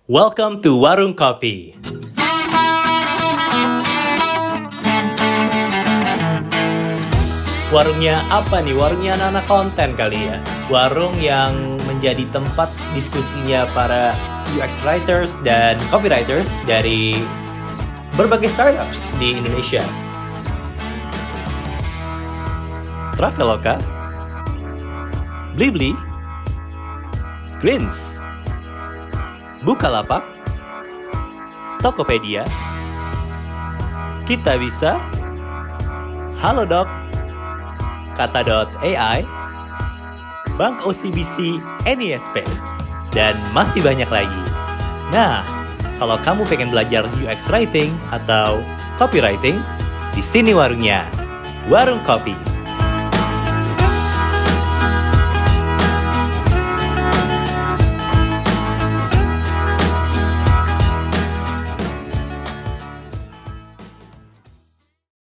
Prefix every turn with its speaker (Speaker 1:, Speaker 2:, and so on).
Speaker 1: Welcome to Warung Kopi. Warungnya apa nih? Warungnya anak-anak konten kali ya. Warung yang menjadi tempat diskusinya para UX writers dan copywriters dari berbagai startups di Indonesia. Traveloka, Blibli, Greens, Bukalapak, Tokopedia, Kitabisa, Halodoc, Kata.ai, Bank OCBC NISP, dan masih banyak lagi. Nah, kalau kamu pengen belajar UX writing atau copywriting, di sini warungnya, Warung Kopi.